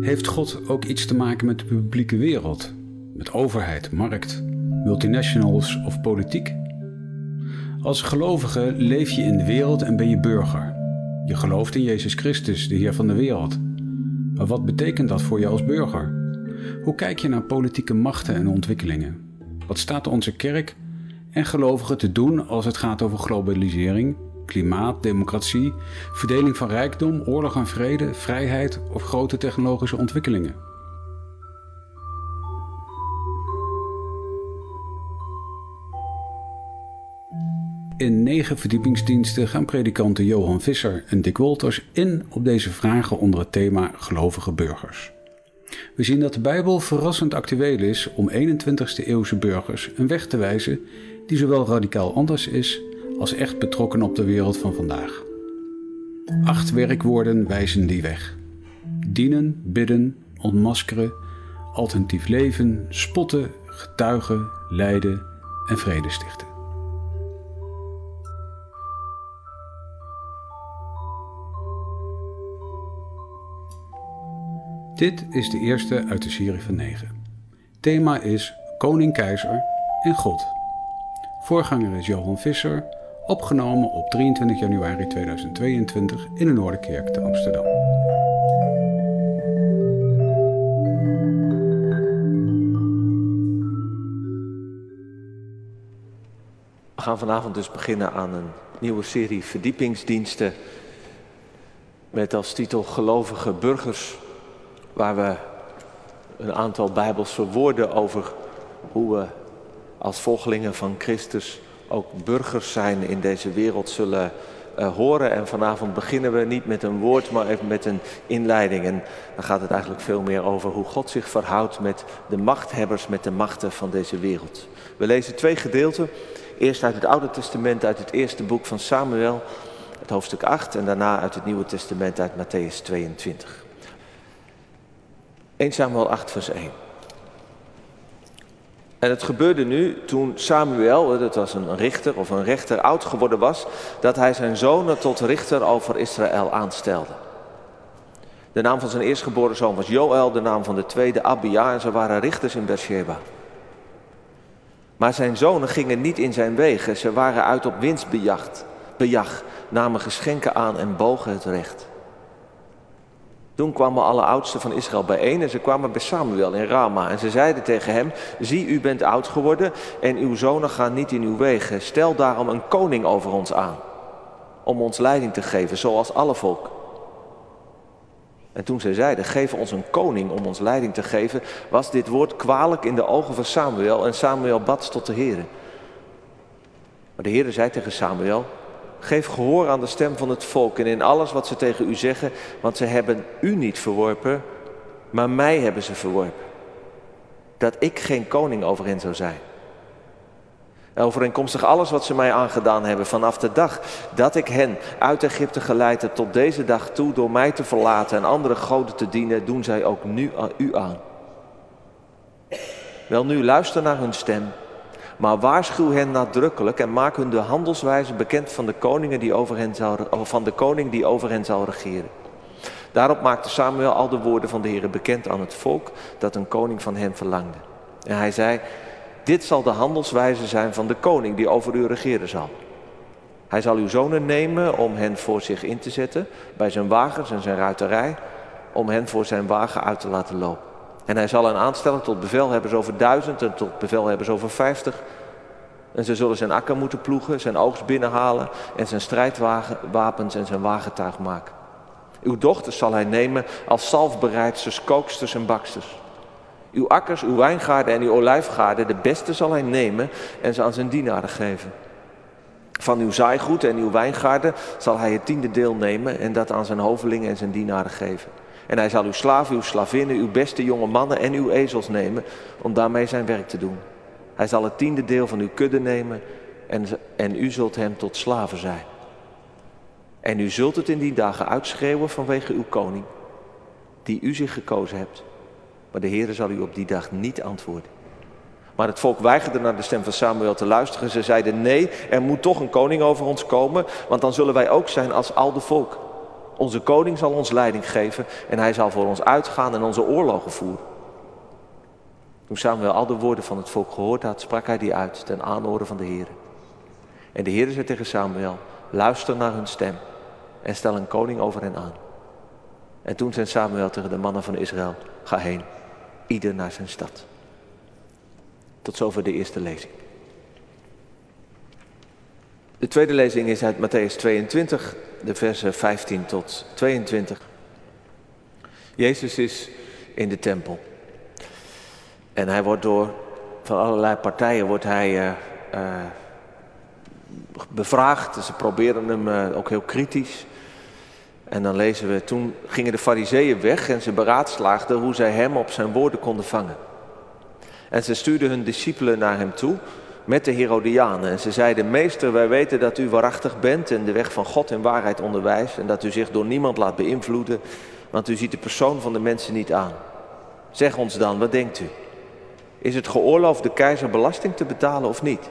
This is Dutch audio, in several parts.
Heeft God ook iets te maken met de publieke wereld? Met overheid, markt, multinationals of politiek? Als gelovige leef je in de wereld en ben je burger. Je gelooft in Jezus Christus, de Heer van de wereld. Maar wat betekent dat voor je als burger? Hoe kijk je naar politieke machten en ontwikkelingen? Wat staat onze kerk en gelovigen te doen als het gaat over globalisering, klimaat, democratie, verdeling van rijkdom, oorlog en vrede, vrijheid of grote technologische ontwikkelingen? In 9 verdiepingsdiensten gaan predikanten Johan Visser en Dick Wolters in op deze vragen onder het thema gelovige burgers. We zien dat de Bijbel verrassend actueel is om 21ste eeuwse burgers een weg te wijzen die zowel radicaal anders is als echt betrokken op de wereld van vandaag. 8 werkwoorden wijzen die weg. Dienen, bidden, ontmaskeren, alternatief leven, spotten, getuigen, lijden en vrede stichten. Dit is de eerste uit de serie van 9. Thema is Koning, Keizer en God. Voorganger is Johan Visser, opgenomen op 23 januari 2022 in de Noorderkerk te Amsterdam. We gaan vanavond dus beginnen aan een nieuwe serie verdiepingsdiensten met als titel Gelovige Burgers, waar we een aantal bijbelse woorden over hoe we als volgelingen van Christus ook burgers zijn in deze wereld zullen horen. En vanavond beginnen we niet met een woord, maar even met een inleiding. En dan gaat het eigenlijk veel meer over hoe God zich verhoudt met de machthebbers, met de machten van deze wereld. We lezen 2 gedeelten. Eerst uit het Oude Testament, uit het eerste boek van Samuel, het hoofdstuk 8. En daarna uit het Nieuwe Testament, uit Mattheüs 22. 1 Samuel 8 vers 1. En het gebeurde nu toen Samuel, dat was een richter of een rechter, oud geworden was, dat hij zijn zonen tot richter over Israël aanstelde. De naam van zijn eerstgeboren zoon was Joël, de naam van de tweede Abia, en ze waren richters in Beersheba. Maar zijn zonen gingen niet in zijn wegen, ze waren uit op winstbejag, namen geschenken aan en bogen het recht. Toen kwamen alle oudsten van Israël bijeen en ze kwamen bij Samuel in Rama. En ze zeiden tegen hem, zie, u bent oud geworden en uw zonen gaan niet in uw wegen. Stel daarom een koning over ons aan, om ons leiding te geven, zoals alle volk. En toen zij zeiden, geef ons een koning om ons leiding te geven, was dit woord kwalijk in de ogen van Samuel. En Samuel bad tot de Heere. Maar de Heere zei tegen Samuel, geef gehoor aan de stem van het volk en in alles wat ze tegen u zeggen, want ze hebben u niet verworpen, maar mij hebben ze verworpen. Dat ik geen koning over hen zou zijn. Overeenkomstig alles wat ze mij aangedaan hebben vanaf de dag dat ik hen uit Egypte geleid heb tot deze dag toe door mij te verlaten en andere goden te dienen, doen zij ook nu u aan. Welnu, luister naar hun stem. Maar waarschuw hen nadrukkelijk en maak hun de handelswijze bekend van de koning die over hen zal regeren. Daarop maakte Samuel al de woorden van de Heere bekend aan het volk dat een koning van hen verlangde. En hij zei, dit zal de handelswijze zijn van de koning die over u regeren zal. Hij zal uw zonen nemen om hen voor zich in te zetten bij zijn wagens en zijn ruiterij, om hen voor zijn wagen uit te laten lopen. En hij zal hen aanstellen tot bevelhebbers over 1000 en tot bevelhebbers over 50. En ze zullen zijn akker moeten ploegen, zijn oogst binnenhalen en zijn strijdwapens en zijn wagentuig maken. Uw dochters zal hij nemen als zalfbereidsters, kooksters en baksters. Uw akkers, uw wijngaarden en uw olijfgaarden, de beste zal hij nemen en ze aan zijn dienaren geven. Van uw zaaigoed en uw wijngaarden zal hij het 10e deel nemen en dat aan zijn hovelingen en zijn dienaren geven. En hij zal uw slaven, uw slavinnen, uw beste jonge mannen en uw ezels nemen om daarmee zijn werk te doen. Hij zal het 10e deel van uw kudde nemen en u zult hem tot slaven zijn. En u zult het in die dagen uitschreeuwen vanwege uw koning, die u zich gekozen hebt. Maar de Heere zal u op die dag niet antwoorden. Maar het volk weigerde naar de stem van Samuel te luisteren. Ze zeiden, nee, er moet toch een koning over ons komen, want dan zullen wij ook zijn als al de volk. Onze koning zal ons leiding geven en hij zal voor ons uitgaan en onze oorlogen voeren. Toen Samuel al de woorden van het volk gehoord had, sprak hij die uit ten aanhoren van de Heere. En de Heere zei tegen Samuel, luister naar hun stem en stel een koning over hen aan. En toen zei Samuel tegen de mannen van Israël, ga heen, ieder naar zijn stad. Tot zover de eerste lezing. De tweede lezing is uit Mattheüs 22, de versen 15 tot 22. Jezus is in de tempel. En hij wordt van allerlei partijen bevraagd. Ze proberen hem ook heel kritisch. En dan lezen we, toen gingen de Farizeeën weg en ze beraadslaagden hoe zij hem op zijn woorden konden vangen. En ze stuurden hun discipelen naar hem toe met de Herodianen. En ze zeiden, meester, wij weten dat u waarachtig bent en de weg van God in waarheid onderwijst. En dat u zich door niemand laat beïnvloeden, want u ziet de persoon van de mensen niet aan. Zeg ons dan, wat denkt u? Is het geoorloofd de keizer belasting te betalen of niet?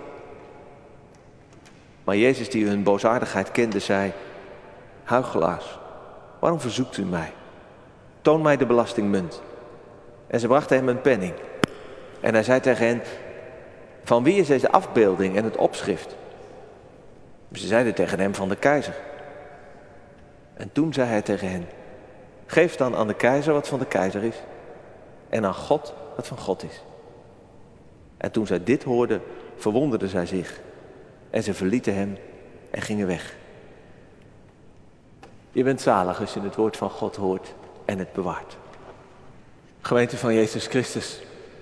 Maar Jezus, die hun boosaardigheid kende, zei, huichelaars, waarom verzoekt u mij? Toon mij de belastingmunt. En ze brachten hem een penning. En hij zei tegen hen, van wie is deze afbeelding en het opschrift? Ze zeiden tegen hem, van de keizer. En toen zei hij tegen hen, geef dan aan de keizer wat van de keizer is en aan God wat van God is. En toen zij dit hoorden, verwonderden zij zich en ze verlieten hem en gingen weg. Je bent zalig als je het woord van God hoort en het bewaart. Gemeente van Jezus Christus.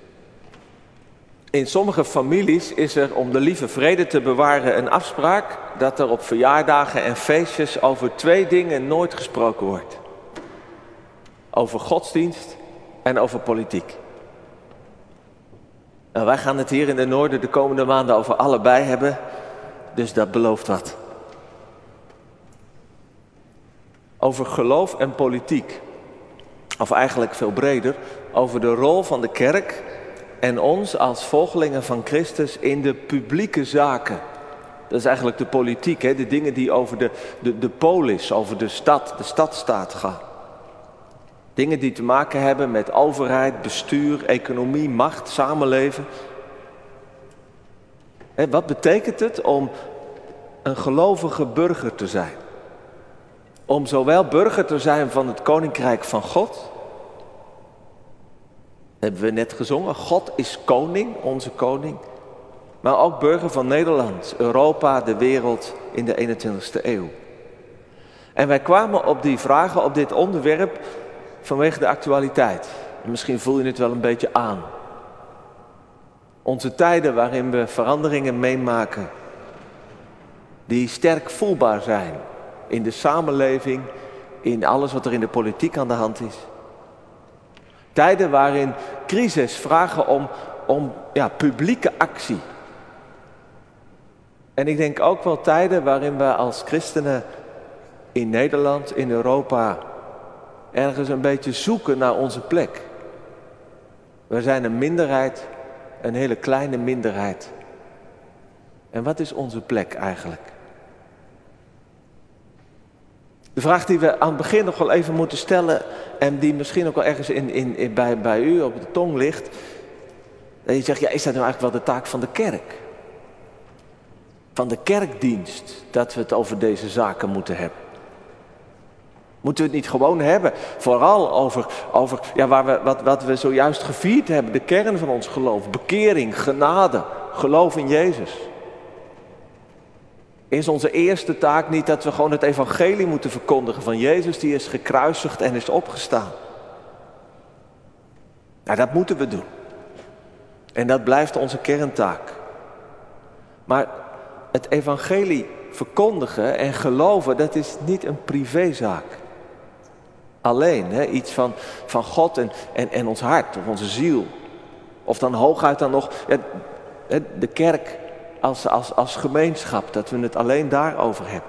In sommige families is er om de lieve vrede te bewaren een afspraak dat er op verjaardagen en feestjes over 2 dingen nooit gesproken wordt. Over godsdienst en over politiek. Nou, wij gaan het hier in de Noorden de komende maanden over allebei hebben, dus dat belooft wat. Over geloof en politiek, of eigenlijk veel breder, over de rol van de kerk en ons als volgelingen van Christus in de publieke zaken. Dat is eigenlijk de politiek, hè? De dingen die over de polis, over de stadstaat gaan. Dingen die te maken hebben met overheid, bestuur, economie, macht, samenleven. En wat betekent het om een gelovige burger te zijn? Om zowel burger te zijn van het Koninkrijk van God. Hebben we net gezongen, God is koning, onze koning. Maar ook burger van Nederland, Europa, de wereld in de 21ste eeuw. En wij kwamen op die vragen, op dit onderwerp, vanwege de actualiteit. En misschien voel je het wel een beetje aan. Onze tijden waarin we veranderingen meemaken, die sterk voelbaar zijn in de samenleving, in alles wat er in de politiek aan de hand is. Tijden waarin crisis vragen om publieke actie. En ik denk ook wel tijden waarin we als christenen in Nederland, in Europa, ergens een beetje zoeken naar onze plek. We zijn een minderheid, een hele kleine minderheid. En wat is onze plek eigenlijk? De vraag die we aan het begin nog wel even moeten stellen en die misschien ook wel ergens bij u op de tong ligt. Dat je zegt, is dat nou eigenlijk wel de taak van de kerk? Van de kerkdienst, dat we het over deze zaken moeten hebben. Moeten we het niet gewoon hebben, vooral over wat we zojuist gevierd hebben, de kern van ons geloof, bekering, genade, geloof in Jezus. Is onze eerste taak niet dat we gewoon het evangelie moeten verkondigen van Jezus die is gekruisigd en is opgestaan? Nou, dat moeten we doen. En dat blijft onze kerntaak. Maar het evangelie verkondigen en geloven, dat is niet een privézaak. Alleen, iets van God en ons hart of onze ziel. Of dan hooguit dan nog de kerk als gemeenschap, dat we het alleen daarover hebben.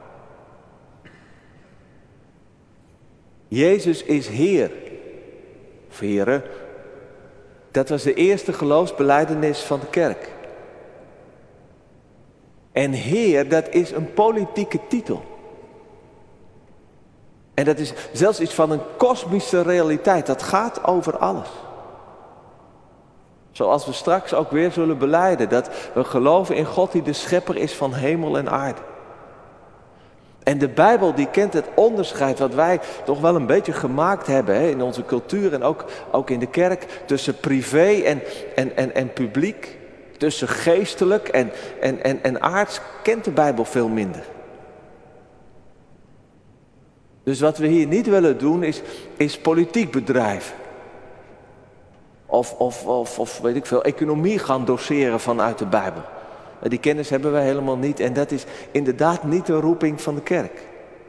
Jezus is Heer. Of Heere, dat was de eerste geloofsbelijdenis van de kerk. En Heer, dat is een politieke titel. En dat is zelfs iets van een kosmische realiteit. Dat gaat over alles. Zoals we straks ook weer zullen belijden. Dat we geloven in God die de schepper is van hemel en aarde. En de Bijbel die kent het onderscheid wat wij toch wel een beetje gemaakt hebben. Hè, in onze cultuur en ook in de kerk. Tussen privé en publiek. Tussen geestelijk en aards kent de Bijbel veel minder. Dus wat we hier niet willen doen is politiek bedrijven. Of weet ik veel, economie gaan doseren vanuit de Bijbel. Die kennis hebben wij helemaal niet en dat is inderdaad niet de roeping van de kerk.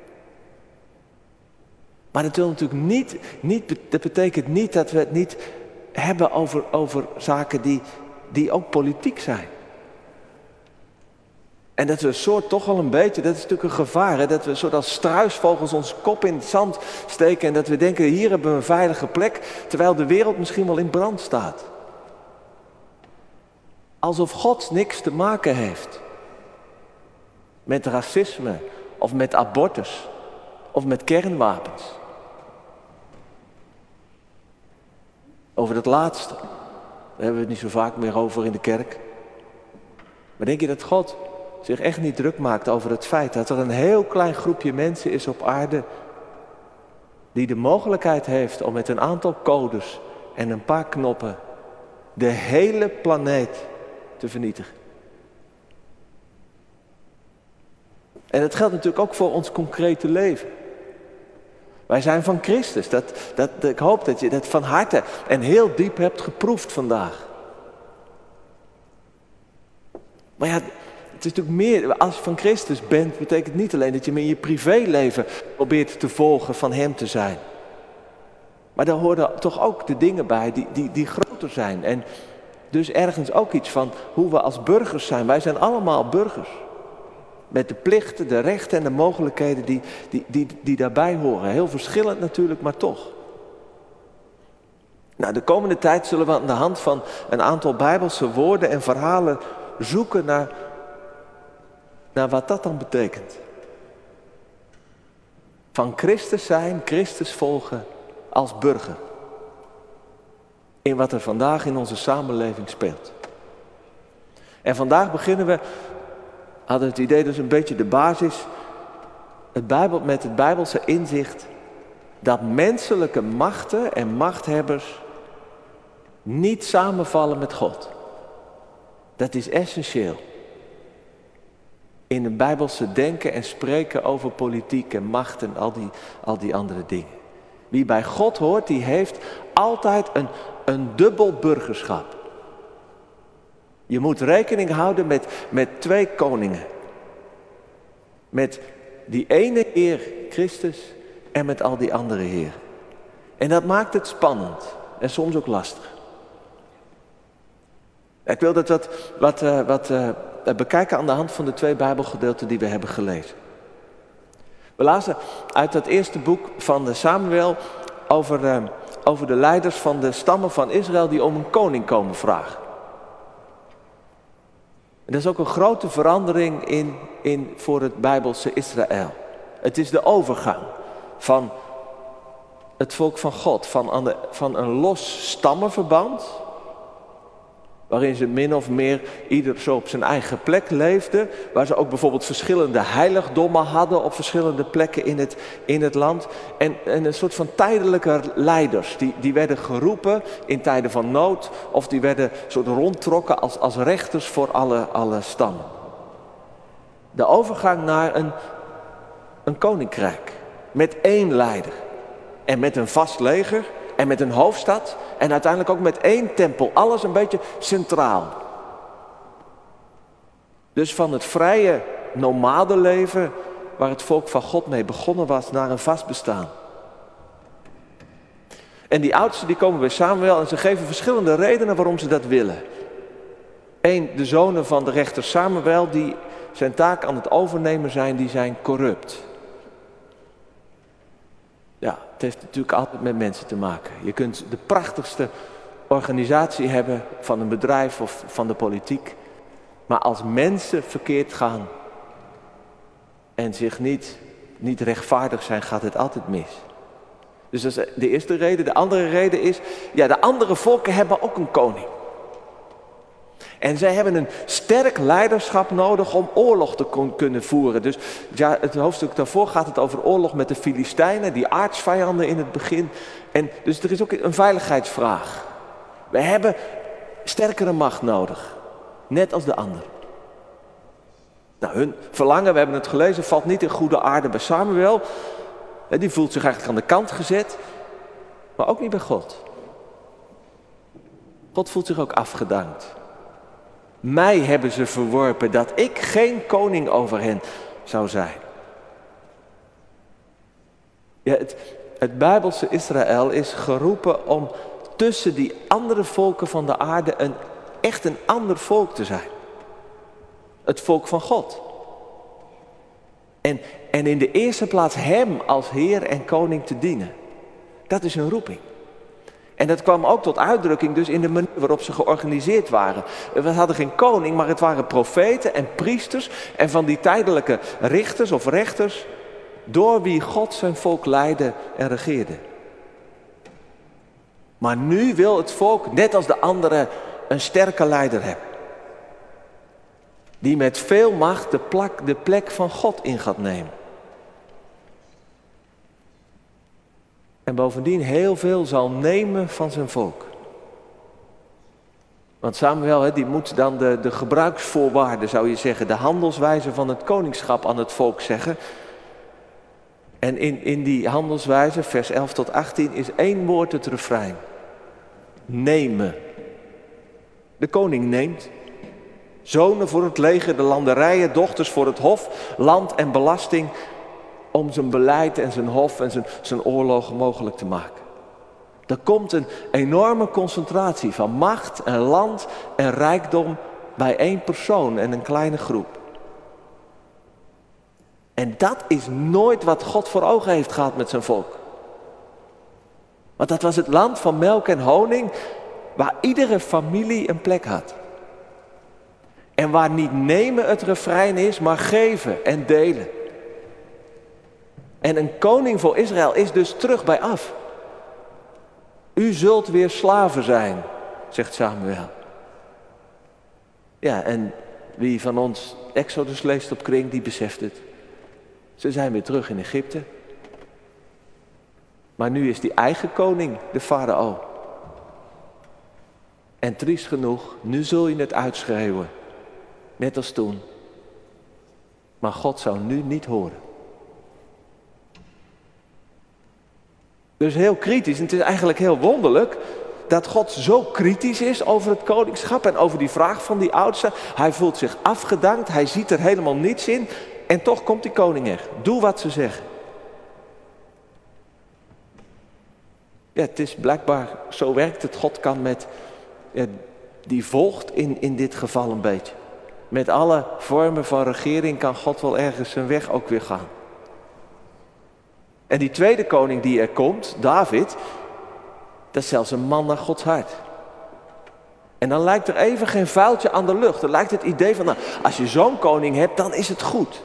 Maar dat wil natuurlijk dat betekent niet dat we het niet hebben over zaken die ook politiek zijn. En dat we een soort toch wel een beetje, dat is natuurlijk een gevaar, hè, dat we een soort als struisvogels ons kop in het zand steken en dat we denken hier hebben we een veilige plek, terwijl de wereld misschien wel in brand staat. Alsof God niks te maken heeft met racisme of met abortus of met kernwapens. Over dat laatste, daar hebben we het niet zo vaak meer over in de kerk. Maar denk je dat God zich echt niet druk maakt over het feit dat er een heel klein groepje mensen is op aarde die de mogelijkheid heeft om met een aantal codes en een paar knoppen de hele planeet te vernietigen? En dat geldt natuurlijk ook voor ons concrete leven. Wij zijn van Christus. Ik hoop dat je dat van harte en heel diep hebt geproefd vandaag. Maar ja, het is natuurlijk meer, als je van Christus bent, betekent niet alleen dat je in je privéleven probeert te volgen van hem te zijn. Maar daar horen toch ook de dingen bij die groter zijn. En dus ergens ook iets van hoe we als burgers zijn. Wij zijn allemaal burgers. Met de plichten, de rechten en de mogelijkheden die daarbij horen. Heel verschillend natuurlijk, maar toch. Nou, de komende tijd zullen we aan de hand van een aantal Bijbelse woorden en verhalen zoeken naar wat dat dan betekent. Van Christus zijn, Christus volgen als burger. In wat er vandaag in onze samenleving speelt. En vandaag beginnen we, hadden het idee, dat is een beetje de basis, met het Bijbelse inzicht dat menselijke machten en machthebbers niet samenvallen met God. Dat is essentieel. In het Bijbelse denken en spreken over politiek en macht en al die andere dingen. Wie bij God hoort, die heeft altijd een dubbel burgerschap. Je moet rekening houden met twee koningen. Met die ene Heer Christus en met al die andere Heeren. En dat maakt het spannend en soms ook lastig. Ik wil dat wat bekijken aan de hand van de twee Bijbelgedeelten die we hebben gelezen. We lazen uit dat eerste boek van Samuel over de leiders van de stammen van Israël die om een koning komen vragen. En dat is ook een grote verandering voor het Bijbelse Israël. Het is de overgang van het volk van God, van een los stammenverband, waarin ze min of meer ieder zo op zijn eigen plek leefde. Waar ze ook bijvoorbeeld verschillende heiligdommen hadden op verschillende plekken in het land. En een soort van tijdelijke leiders. Die werden geroepen in tijden van nood. Of die werden soort rondtrokken als rechters voor alle stammen. De overgang naar een koninkrijk. Met één leider. En met een vast leger. En met een hoofdstad. En uiteindelijk ook met één tempel. Alles een beetje centraal. Dus van het vrije nomadenleven, waar het volk van God mee begonnen was, naar een vast bestaan. En die oudsten die komen bij Samuel en ze geven verschillende redenen waarom ze dat willen. Eén, de zonen van de rechter Samuel, die zijn taak aan het overnemen zijn, die zijn corrupt. Ja, het heeft natuurlijk altijd met mensen te maken. Je kunt de prachtigste organisatie hebben van een bedrijf of van de politiek. Maar als mensen verkeerd gaan en zich niet niet rechtvaardig zijn, gaat het altijd mis. Dus dat is de eerste reden. De andere reden is, ja, de andere volken hebben ook een koning. En zij hebben een sterk leiderschap nodig om oorlog te kunnen voeren. Dus ja, het hoofdstuk daarvoor gaat het over oorlog met de Filistijnen, die aartsvijanden in het begin. En dus er is ook een veiligheidsvraag. We hebben sterkere macht nodig, net als de ander. Nou, hun verlangen, we hebben het gelezen, valt niet in goede aarde bij Samuel. Die voelt zich eigenlijk aan de kant gezet, maar ook niet bij God. God voelt zich ook afgedankt. Mij hebben ze verworpen dat ik geen koning over hen zou zijn. Ja, het Bijbelse Israël is geroepen om tussen die andere volken van de aarde echt een ander volk te zijn. Het volk van God. En in de eerste plaats hem als Heer en Koning te dienen. Dat is hun roeping. En dat kwam ook tot uitdrukking dus in de manier waarop ze georganiseerd waren. We hadden geen koning, maar het waren profeten en priesters en van die tijdelijke richters of rechters, door wie God zijn volk leidde en regeerde. Maar nu wil het volk, net als de anderen, een sterke leider hebben. Die met veel macht de plek van God in gaat nemen. En bovendien heel veel zal nemen van zijn volk. Want Samuel, die moet dan de gebruiksvoorwaarden, zou je zeggen, de handelswijze van het koningschap aan het volk zeggen. En in die handelswijze, vers 11 tot 18, is 1 woord het refrein. Nemen. De koning neemt. Zonen voor het leger, de landerijen, dochters voor het hof, land en belasting, om zijn beleid en zijn hof en zijn oorlogen mogelijk te maken. Er komt een enorme concentratie van macht en land en rijkdom bij 1 persoon en een kleine groep. En dat is nooit wat God voor ogen heeft gehad met zijn volk. Want dat was het land van melk en honing, waar iedere familie een plek had. En waar niet nemen het refrein is, maar geven en delen. En een koning voor Israël is dus terug bij af. U zult weer slaven zijn, zegt Samuel. Ja, en wie van ons Exodus leest op Kring, die beseft het. Ze zijn weer terug in Egypte. Maar nu is die eigen koning de farao. En triest genoeg, nu zul je het uitschreeuwen. Net als toen. Maar God zou nu niet horen. Dus heel kritisch. En het is eigenlijk heel wonderlijk dat God zo kritisch is over het koningschap en over die vraag van die oudste. Hij voelt zich afgedankt, hij ziet er helemaal niets in. En toch komt die koning er. Doe wat ze zeggen. Ja, het is blijkbaar, zo werkt het. God kan met, die volgt in dit geval een beetje. Met alle vormen van regering kan God wel ergens zijn weg ook weer gaan. En die tweede koning die er komt, David, dat is zelfs een man naar Gods hart. En dan lijkt er even geen vuiltje aan de lucht. Dan lijkt het idee van, nou, als je zo'n koning hebt, dan is het goed.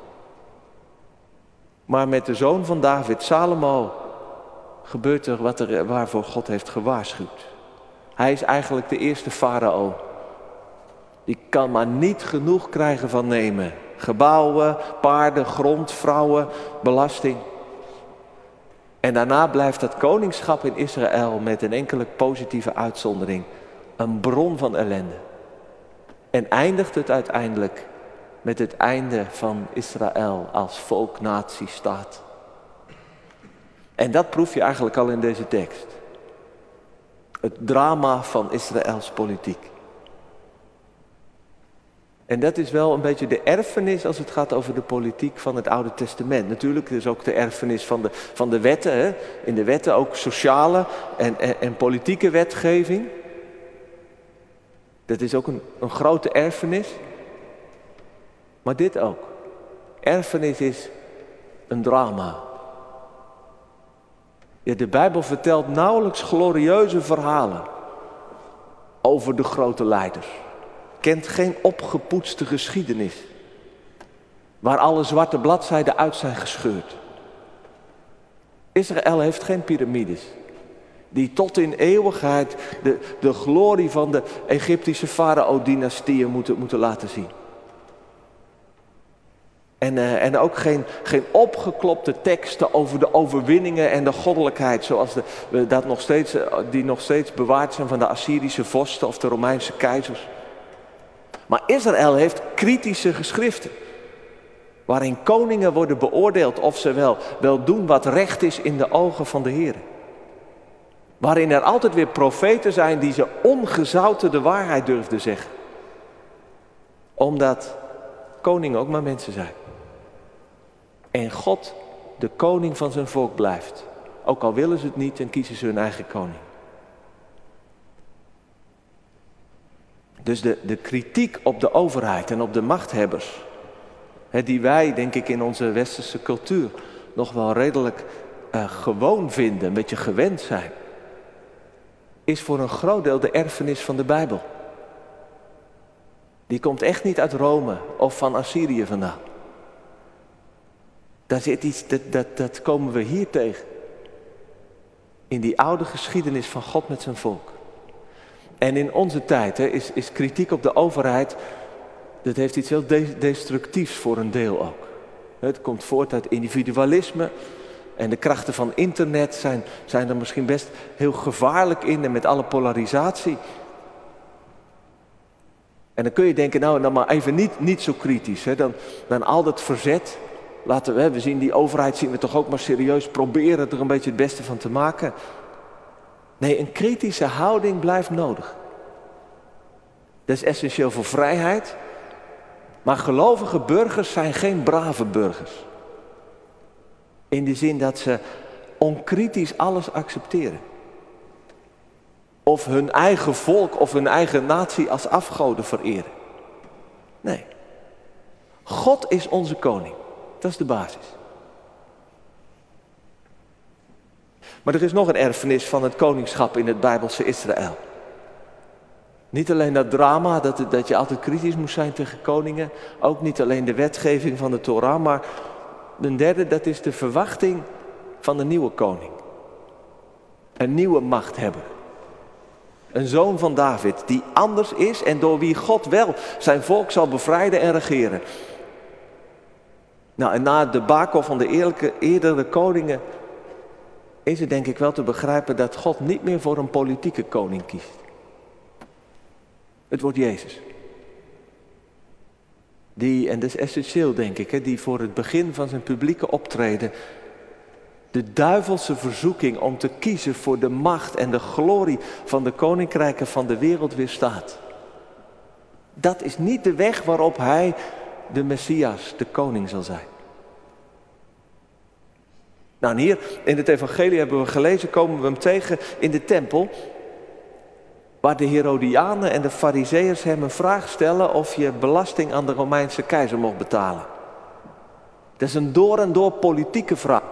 Maar met de zoon van David, Salomo, gebeurt er waarvoor God heeft gewaarschuwd. Hij is eigenlijk de eerste farao. Die kan maar niet genoeg krijgen van nemen. Gebouwen, paarden, grond, vrouwen, belasting. En daarna blijft dat koningschap in Israël met een enkele positieve uitzondering een bron van ellende. En eindigt het uiteindelijk met het einde van Israël als volk, natie, staat. En dat proef je eigenlijk al in deze tekst. Het drama van Israëls politiek. En dat is wel een beetje de erfenis als het gaat over de politiek van het Oude Testament. Natuurlijk is ook de erfenis van de wetten. Hè? In de wetten ook sociale en politieke wetgeving. Dat is ook een grote erfenis. Maar dit ook. Erfenis is een drama. Ja, de Bijbel vertelt nauwelijks glorieuze verhalen over de grote leiders. Kent geen opgepoetste geschiedenis. Waar alle zwarte bladzijden uit zijn gescheurd. Israël heeft geen piramides. Die tot in eeuwigheid de glorie van de Egyptische farao-dynastieën moeten laten zien. En ook geen opgeklopte teksten over de overwinningen en de goddelijkheid. Zoals die nog steeds bewaard zijn van de Assyrische vorsten of de Romeinse keizers. Maar Israël heeft kritische geschriften. Waarin koningen worden beoordeeld of ze wel doen wat recht is in de ogen van de Heer. Waarin er altijd weer profeten zijn die ze ongezouten de waarheid durfden zeggen. Omdat koningen ook maar mensen zijn. En God de koning van zijn volk blijft. Ook al willen ze het niet en kiezen ze hun eigen koning. Dus de kritiek op de overheid en op de machthebbers. Die wij, denk ik, in onze westerse cultuur nog wel redelijk gewoon vinden, een beetje gewend zijn. Is voor een groot deel de erfenis van de Bijbel. Die komt echt niet uit Rome of van Assyrië vandaan. Daar zit iets, dat komen we hier tegen. In die oude geschiedenis van God met zijn volk. En in onze tijd is kritiek op de overheid, dat heeft iets heel destructiefs voor een deel ook. Het komt voort uit individualisme. En de krachten van internet zijn er misschien best heel gevaarlijk in en met alle polarisatie. En dan kun je denken, nou dan maar even niet zo kritisch. Dan al dat verzet. We zien die overheid zien we toch ook maar serieus proberen er een beetje het beste van te maken. Nee, een kritische houding blijft nodig. Dat is essentieel voor vrijheid. Maar gelovige burgers zijn geen brave burgers. In de zin dat ze onkritisch alles accepteren. Of hun eigen volk of hun eigen natie als afgoden vereren. Nee. God is onze koning. Dat is de basis. Maar er is nog een erfenis van het koningschap in het Bijbelse Israël. Niet alleen dat drama, dat je altijd kritisch moest zijn tegen koningen. Ook niet alleen de wetgeving van de Torah, maar een derde, dat is de verwachting van de nieuwe koning. Een nieuwe machthebber. Een zoon van David die anders is en door wie God wel zijn volk zal bevrijden en regeren. Nou, en na het debakel van de eerdere koningen is het denk ik wel te begrijpen dat God niet meer voor een politieke koning kiest. Het wordt Jezus. Die, en dat is essentieel denk ik, die voor het begin van zijn publieke optreden de duivelse verzoeking om te kiezen voor de macht en de glorie van de koninkrijken van de wereld weerstaat. Dat is niet de weg waarop hij, de Messias, de koning zal zijn. Nou, en hier in het evangelie hebben we gelezen, komen we hem tegen in de tempel, waar de Herodianen en de Farizeeërs hem een vraag stellen of je belasting aan de Romeinse keizer mocht betalen. Dat is een door en door politieke vraag.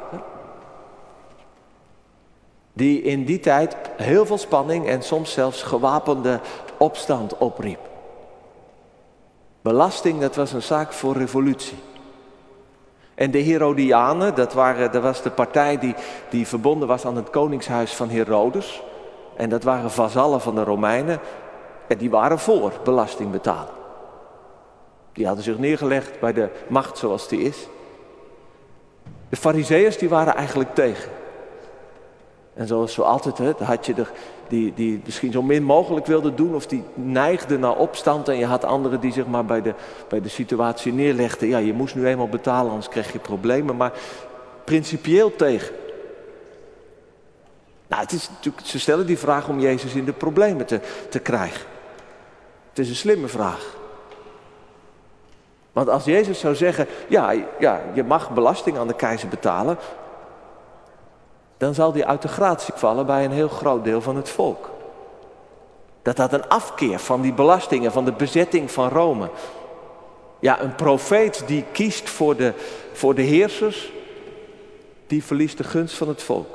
Die in die tijd heel veel spanning en soms zelfs gewapende opstand opriep. Belasting, dat was een zaak voor revolutie. En de Herodianen, dat was de partij die verbonden was aan het koningshuis van Herodes. En dat waren vazallen van de Romeinen. En die waren voor belasting betalen. Die hadden zich neergelegd bij de macht zoals die is. De Farizeeërs die waren eigenlijk tegen. En zoals zo altijd, had je er die misschien zo min mogelijk wilden doen of die neigden naar opstand. En je had anderen die zich maar bij de situatie neerlegden. Ja, je moest nu eenmaal betalen, anders kreeg je problemen. Maar principieel tegen. Nou, het is natuurlijk, ze stellen die vraag om Jezus in de problemen te krijgen. Het is een slimme vraag. Want als Jezus zou zeggen, ja, je mag belasting aan de keizer betalen, dan zal die uit de gratie vallen bij een heel groot deel van het volk. Dat had een afkeer van die belastingen, van de bezetting van Rome. Ja, een profeet die kiest voor de heersers, die verliest de gunst van het volk.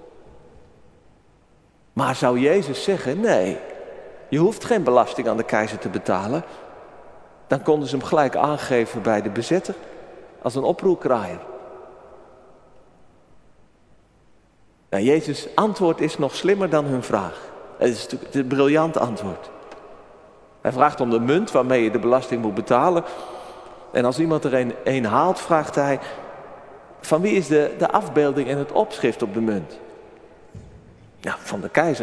Maar zou Jezus zeggen, nee, je hoeft geen belasting aan de keizer te betalen. Dan konden ze hem gelijk aangeven bij de bezetter. als een oproerkraaier. Nou, Jezus' antwoord is nog slimmer dan hun vraag. Het is natuurlijk een briljant antwoord. Hij vraagt om de munt waarmee je de belasting moet betalen. En als iemand er een haalt, vraagt hij: van wie is de afbeelding en het opschrift op de munt? Nou, van de keizer.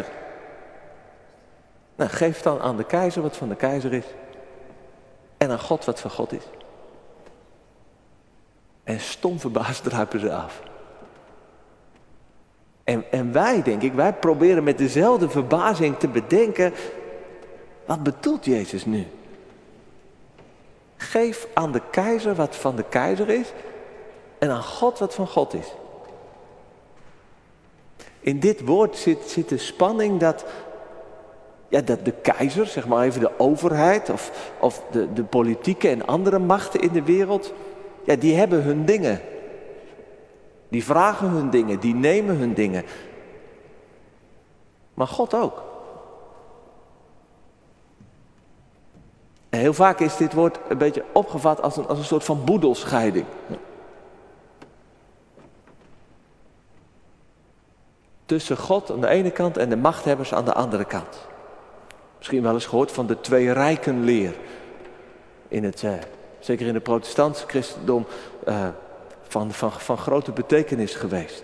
Nou, geef dan aan de keizer wat van de keizer is. En aan God wat van God is. En stom verbaasd druipen ze af. En wij, denk ik, wij proberen met dezelfde verbazing te bedenken: wat bedoelt Jezus nu? Geef aan de keizer wat van de keizer is en aan God wat van God is. In dit woord zit de spanning dat de keizer, zeg maar even de overheid of de politieke en andere machten in de wereld, die hebben hun dingen. Die vragen hun dingen, die nemen hun dingen. Maar God ook. En heel vaak is dit woord een beetje opgevat als een soort van boedelscheiding. Tussen God aan de ene kant en de machthebbers aan de andere kant. Misschien wel eens gehoord van de twee rijken leer. Zeker in het protestantse christendom van grote betekenis geweest.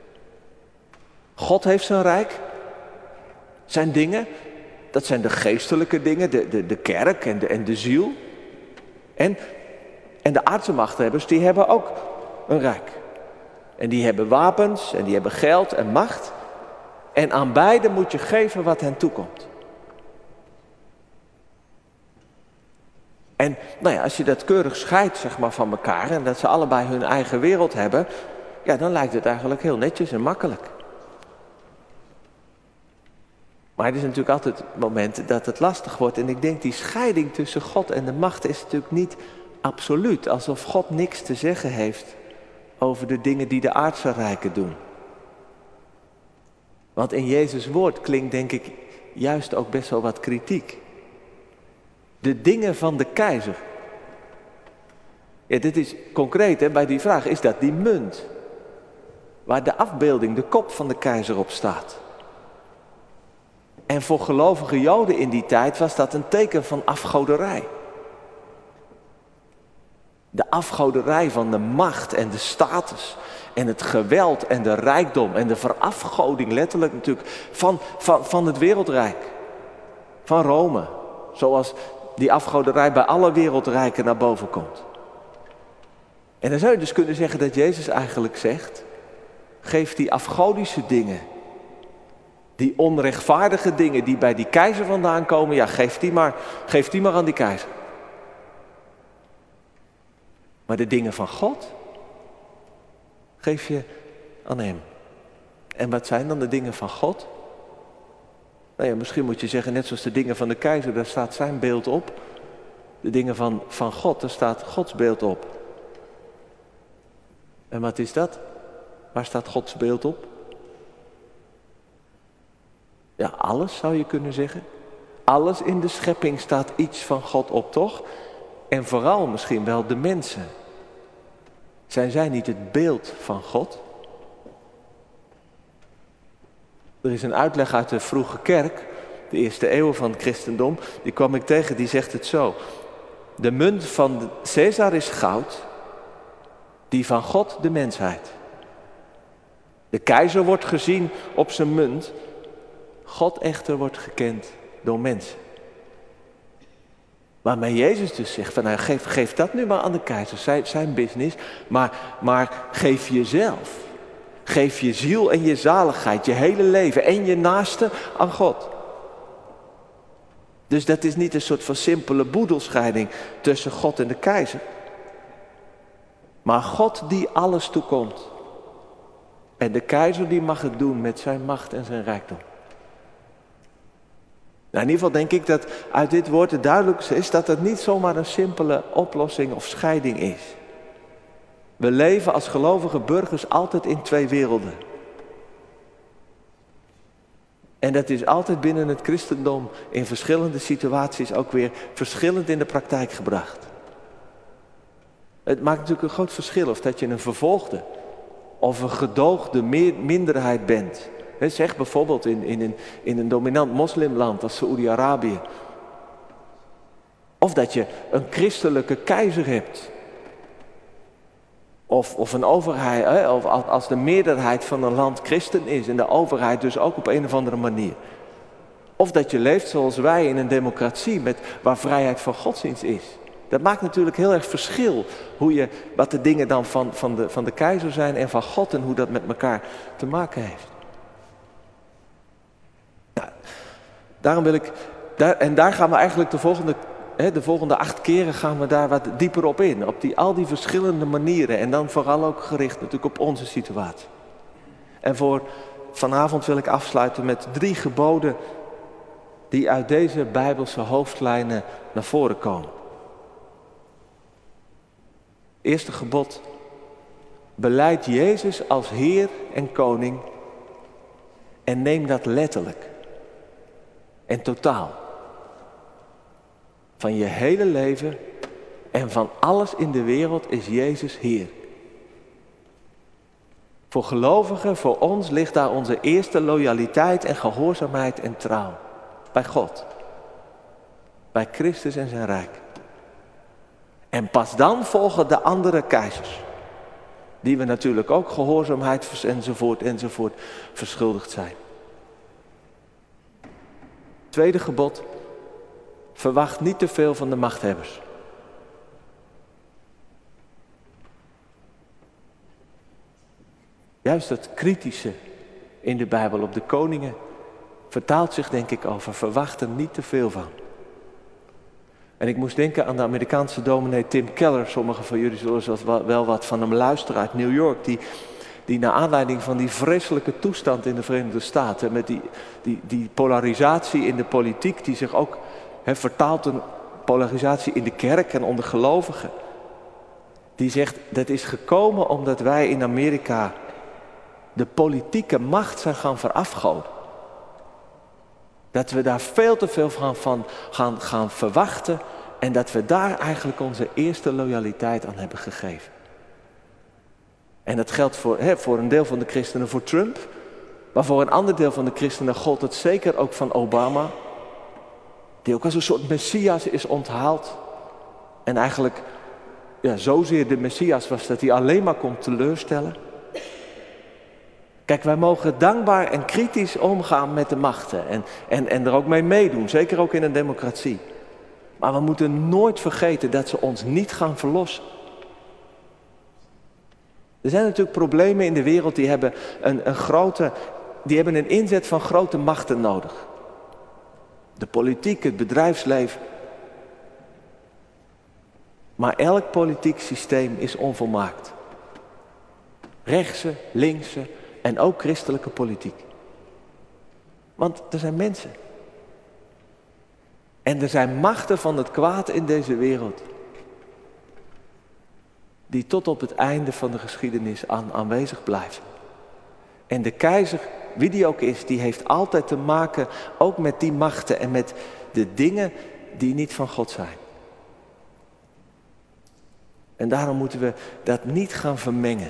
God heeft zijn rijk. Zijn dingen. Dat zijn de geestelijke dingen. De kerk en de ziel. En de aardse machthebbers die hebben ook een rijk. En die hebben wapens en die hebben geld en macht. En aan beide moet je geven wat hen toekomt. En als je dat keurig scheidt, zeg maar, van elkaar en dat ze allebei hun eigen wereld hebben, dan lijkt het eigenlijk heel netjes en makkelijk. Maar het is natuurlijk altijd het moment dat het lastig wordt. En ik denk die scheiding tussen God en de macht is natuurlijk niet absoluut. Alsof God niks te zeggen heeft over de dingen die de aardse rijken doen. Want in Jezus' woord klinkt, denk ik, juist ook best wel wat kritiek. De dingen van de keizer. Ja, dit is concreet bij die vraag. Is dat die munt? Waar de afbeelding, de kop van de keizer op staat. En voor gelovige Joden in die tijd was dat een teken van afgoderij. De afgoderij van de macht en de status. En het geweld en de rijkdom en de verafgoding, letterlijk natuurlijk, van het wereldrijk. Van Rome. Zoals die afgoderij bij alle wereldrijken naar boven komt. En dan zou je dus kunnen zeggen dat Jezus eigenlijk zegt: geef die afgodische dingen, die onrechtvaardige dingen die bij die keizer vandaan komen, geef die maar aan die keizer. Maar de dingen van God geef je aan hem. En wat zijn dan de dingen van God? Misschien moet je zeggen, net zoals de dingen van de keizer, daar staat zijn beeld op. De dingen van God, daar staat Gods beeld op. En wat is dat? Waar staat Gods beeld op? Ja, alles zou je kunnen zeggen. Alles in de schepping staat iets van God op, toch? En vooral misschien wel de mensen. Zijn zij niet het beeld van God? Er is een uitleg uit de vroege kerk, de eerste eeuwen van het christendom, die kwam ik tegen, die zegt het zo. De munt van Caesar is goud, die van God de mensheid. De keizer wordt gezien op zijn munt, God echter wordt gekend door mensen. Waarmee Jezus dus zegt van geef dat nu maar aan de keizer, zijn business, maar geef jezelf. Geef je ziel en je zaligheid, je hele leven en je naaste aan God. Dus dat is niet een soort van simpele boedelscheiding tussen God en de keizer. Maar God die alles toekomt. En de keizer die mag het doen met zijn macht en zijn rijkdom. Nou, in ieder geval denk ik dat uit dit woord het duidelijkste is dat het niet zomaar een simpele oplossing of scheiding is. We leven als gelovige burgers altijd in twee werelden. En dat is altijd binnen het christendom in verschillende situaties ook weer verschillend in de praktijk gebracht. Het maakt natuurlijk een groot verschil of dat je een vervolgde of een gedoogde minderheid bent. Zeg bijvoorbeeld in een dominant moslimland als Saoedi-Arabië. Of dat je een christelijke keizer hebt. Of een overheid, of als de meerderheid van een land christen is en de overheid dus ook op een of andere manier. Of dat je leeft zoals wij in een democratie waar vrijheid van godsdienst is. Dat maakt natuurlijk heel erg verschil wat de dingen dan van de keizer zijn en van God en hoe dat met elkaar te maken heeft. Nou, daarom wil ik, daar gaan we eigenlijk de volgende 8 keren gaan we daar wat dieper op in. Op al die verschillende manieren en dan vooral ook gericht natuurlijk op onze situatie. En vanavond wil ik afsluiten met 3 geboden die uit deze Bijbelse hoofdlijnen naar voren komen. Eerste gebod. Belijd Jezus als Heer en Koning en neem dat letterlijk en totaal. Van je hele leven en van alles in de wereld is Jezus Heer. Voor gelovigen, voor ons ligt daar onze eerste loyaliteit en gehoorzaamheid en trouw. Bij God. Bij Christus en zijn Rijk. En pas dan volgen de andere keizers. Die we natuurlijk ook gehoorzaamheid enzovoort verschuldigd zijn. Tweede gebod. Verwacht niet te veel van de machthebbers. Juist het kritische in de Bijbel op de koningen vertaalt zich denk ik over verwacht er niet te veel van. En ik moest denken aan de Amerikaanse dominee Tim Keller. Sommigen van jullie zullen wel wat van hem luisteren uit New York. Die naar aanleiding van die vreselijke toestand in de Verenigde Staten. Met die polarisatie in de politiek die zich ook vertaalt een polarisatie in de kerk en onder gelovigen. Die zegt dat is gekomen omdat wij in Amerika de politieke macht zijn gaan verafgoden. Dat we daar veel te veel van gaan verwachten. En dat we daar eigenlijk onze eerste loyaliteit aan hebben gegeven. En dat geldt voor een deel van de christenen voor Trump. Maar voor een ander deel van de christenen gold het zeker ook van Obama. Die ook als een soort Messias is onthaald. En eigenlijk zozeer de Messias was dat hij alleen maar kon teleurstellen. Kijk, wij mogen dankbaar en kritisch omgaan met de machten en er ook mee meedoen, zeker ook in een democratie. Maar we moeten nooit vergeten dat ze ons niet gaan verlossen. Er zijn natuurlijk problemen in de wereld die hebben een inzet van grote machten nodig. De politiek, het bedrijfsleven. Maar elk politiek systeem is onvolmaakt. Rechtse, linkse en ook christelijke politiek. Want er zijn mensen. En er zijn machten van het kwaad in deze wereld. Die tot op het einde van de geschiedenis aanwezig blijven. En de keizer, wie die ook is, die heeft altijd te maken ook met die machten en met de dingen die niet van God zijn. En daarom moeten we dat niet gaan vermengen.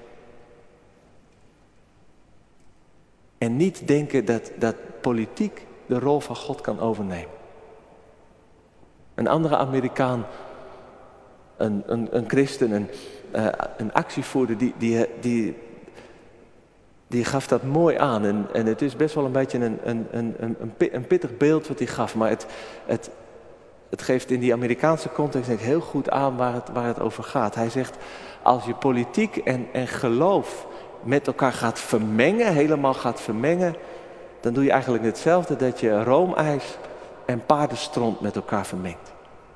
En niet denken dat politiek de rol van God kan overnemen. Een andere Amerikaan, een christen, een actievoerder, die gaf dat mooi aan. En het is best wel een beetje een pittig beeld wat hij gaf. Maar het geeft in die Amerikaanse context denk ik, heel goed aan waar het over gaat. Hij zegt, als je politiek en geloof met elkaar gaat vermengen, helemaal gaat vermengen, dan doe je eigenlijk hetzelfde dat je roomijs en paardenstront met elkaar vermengt.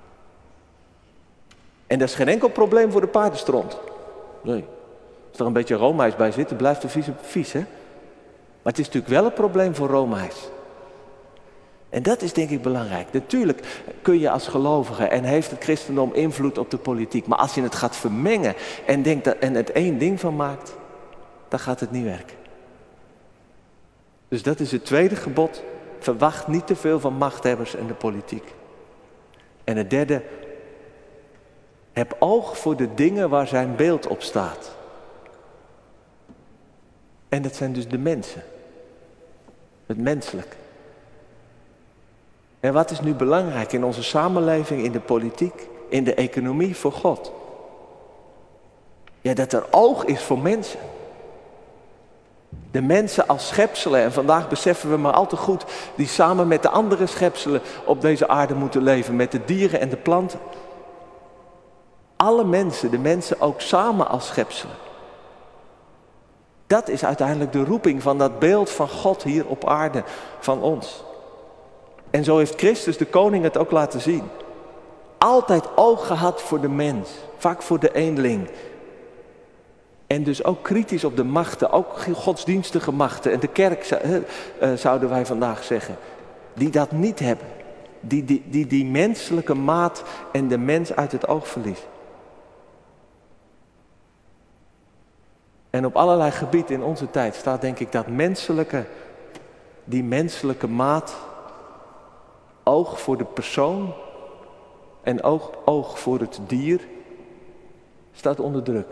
En dat is geen enkel probleem voor de paardenstront. Nee. Als er een beetje roomijs bij zit, dan blijft de vies, hè? Maar het is natuurlijk wel een probleem voor roomijs. En dat is denk ik belangrijk. Natuurlijk kun je als gelovige en heeft het christendom invloed op de politiek. Maar als je het gaat vermengen en denkt en het één ding van maakt, dan gaat het niet werken. Dus dat is het tweede gebod. Verwacht niet te veel van machthebbers en de politiek. En het derde, Heb oog voor de dingen waar zijn beeld op staat. En dat zijn dus de mensen. Het menselijk. En wat is nu belangrijk in onze samenleving, in de politiek, in de economie voor God? Ja, dat er oog is voor mensen. De mensen als schepselen, en vandaag beseffen we maar al te goed, die samen met de andere schepselen op deze aarde moeten leven, met de dieren en de planten. Alle mensen, de mensen ook samen als schepselen. Dat is uiteindelijk de roeping van dat beeld van God hier op aarde, van ons. En zo heeft Christus, de koning, het ook laten zien. Altijd oog gehad voor de mens, vaak voor de eenling. En dus ook kritisch op de machten, ook godsdienstige machten. En de kerk, zouden wij vandaag zeggen, die dat niet hebben. Die menselijke maat en de mens uit het oog verliezen. En op allerlei gebieden in onze tijd staat denk ik dat die menselijke maat, oog voor de persoon en oog voor het dier, staat onder druk.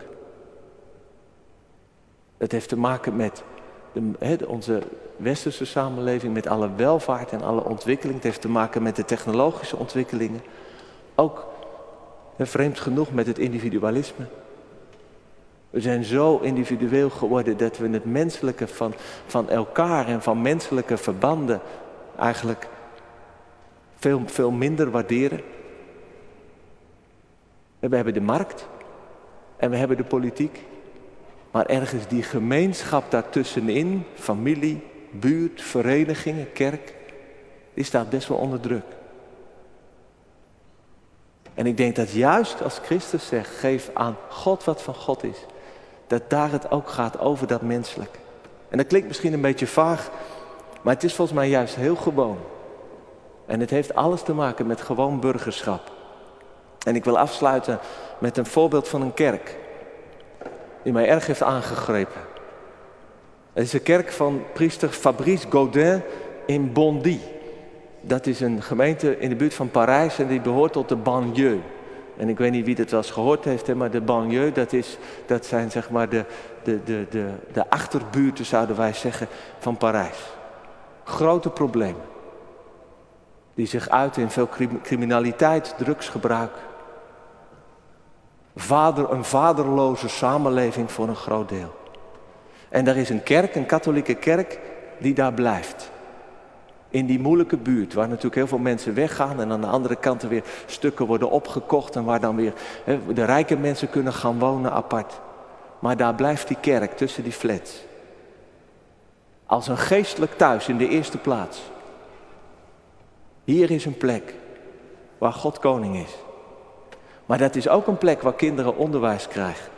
Het heeft te maken met onze westerse samenleving, met alle welvaart en alle ontwikkeling. Het heeft te maken met de technologische ontwikkelingen. Ook, vreemd genoeg, met het individualisme. We zijn zo individueel geworden dat we het menselijke van elkaar en van menselijke verbanden eigenlijk veel minder waarderen. We hebben de markt en we hebben de politiek. Maar ergens die gemeenschap daartussenin, familie, buurt, verenigingen, kerk, die staat best wel onder druk. En ik denk dat juist als Christus zegt, geef aan God wat van God is, dat daar het ook gaat over dat menselijke. En dat klinkt misschien een beetje vaag, maar het is volgens mij juist heel gewoon. En het heeft alles te maken met gewoon burgerschap. En ik wil afsluiten met een voorbeeld van een kerk die mij erg heeft aangegrepen. Het is de kerk van priester Fabrice Gaudin in Bondy. Dat is een gemeente in de buurt van Parijs en die behoort tot de banlieue. En ik weet niet wie dat wel eens gehoord heeft, maar de banlieue, dat zijn zeg maar de achterbuurten, zouden wij zeggen, van Parijs. Grote problemen. Die zich uiten in veel criminaliteit, drugsgebruik. Een vaderloze samenleving voor een groot deel. En daar is een kerk, een katholieke kerk, die daar blijft. In die moeilijke buurt, waar natuurlijk heel veel mensen weggaan en aan de andere kant er weer stukken worden opgekocht en waar dan weer de rijke mensen kunnen gaan wonen apart. Maar daar blijft die kerk tussen die flats. Als een geestelijk thuis in de eerste plaats. Hier is een plek waar God koning is. Maar dat is ook een plek waar kinderen onderwijs krijgen.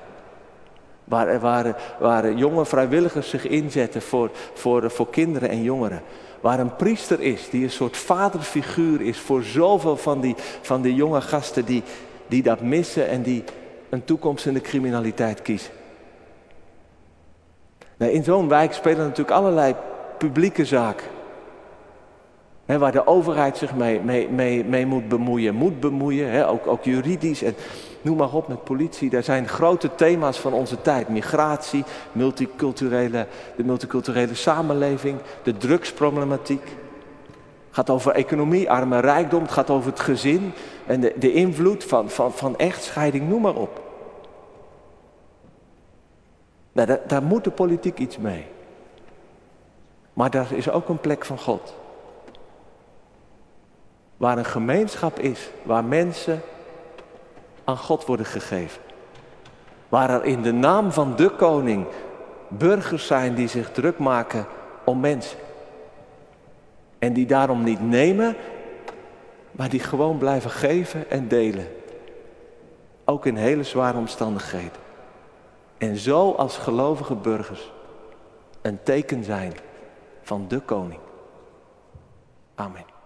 Waar jonge vrijwilligers zich inzetten voor kinderen en jongeren. Waar een priester is die een soort vaderfiguur is voor zoveel van die jonge gasten die dat missen en die een toekomst in de criminaliteit kiezen. Nou, in zo'n wijk spelen natuurlijk allerlei publieke zaken. Waar de overheid zich mee moet bemoeien, ook juridisch en noem maar op met politie. Daar zijn grote thema's van onze tijd. Migratie, de multiculturele samenleving, de drugsproblematiek. Het gaat over economie, arm en rijkdom, het gaat over het gezin en de invloed van echtscheiding, noem maar op. Nou, daar moet de politiek iets mee. Maar daar is ook een plek van God. Waar een gemeenschap is, waar mensen aan God worden gegeven. Waar er in de naam van de koning burgers zijn die zich druk maken om mensen. En die daarom niet nemen, maar die gewoon blijven geven en delen. Ook in hele zware omstandigheden. En zo als gelovige burgers een teken zijn van de koning. Amen.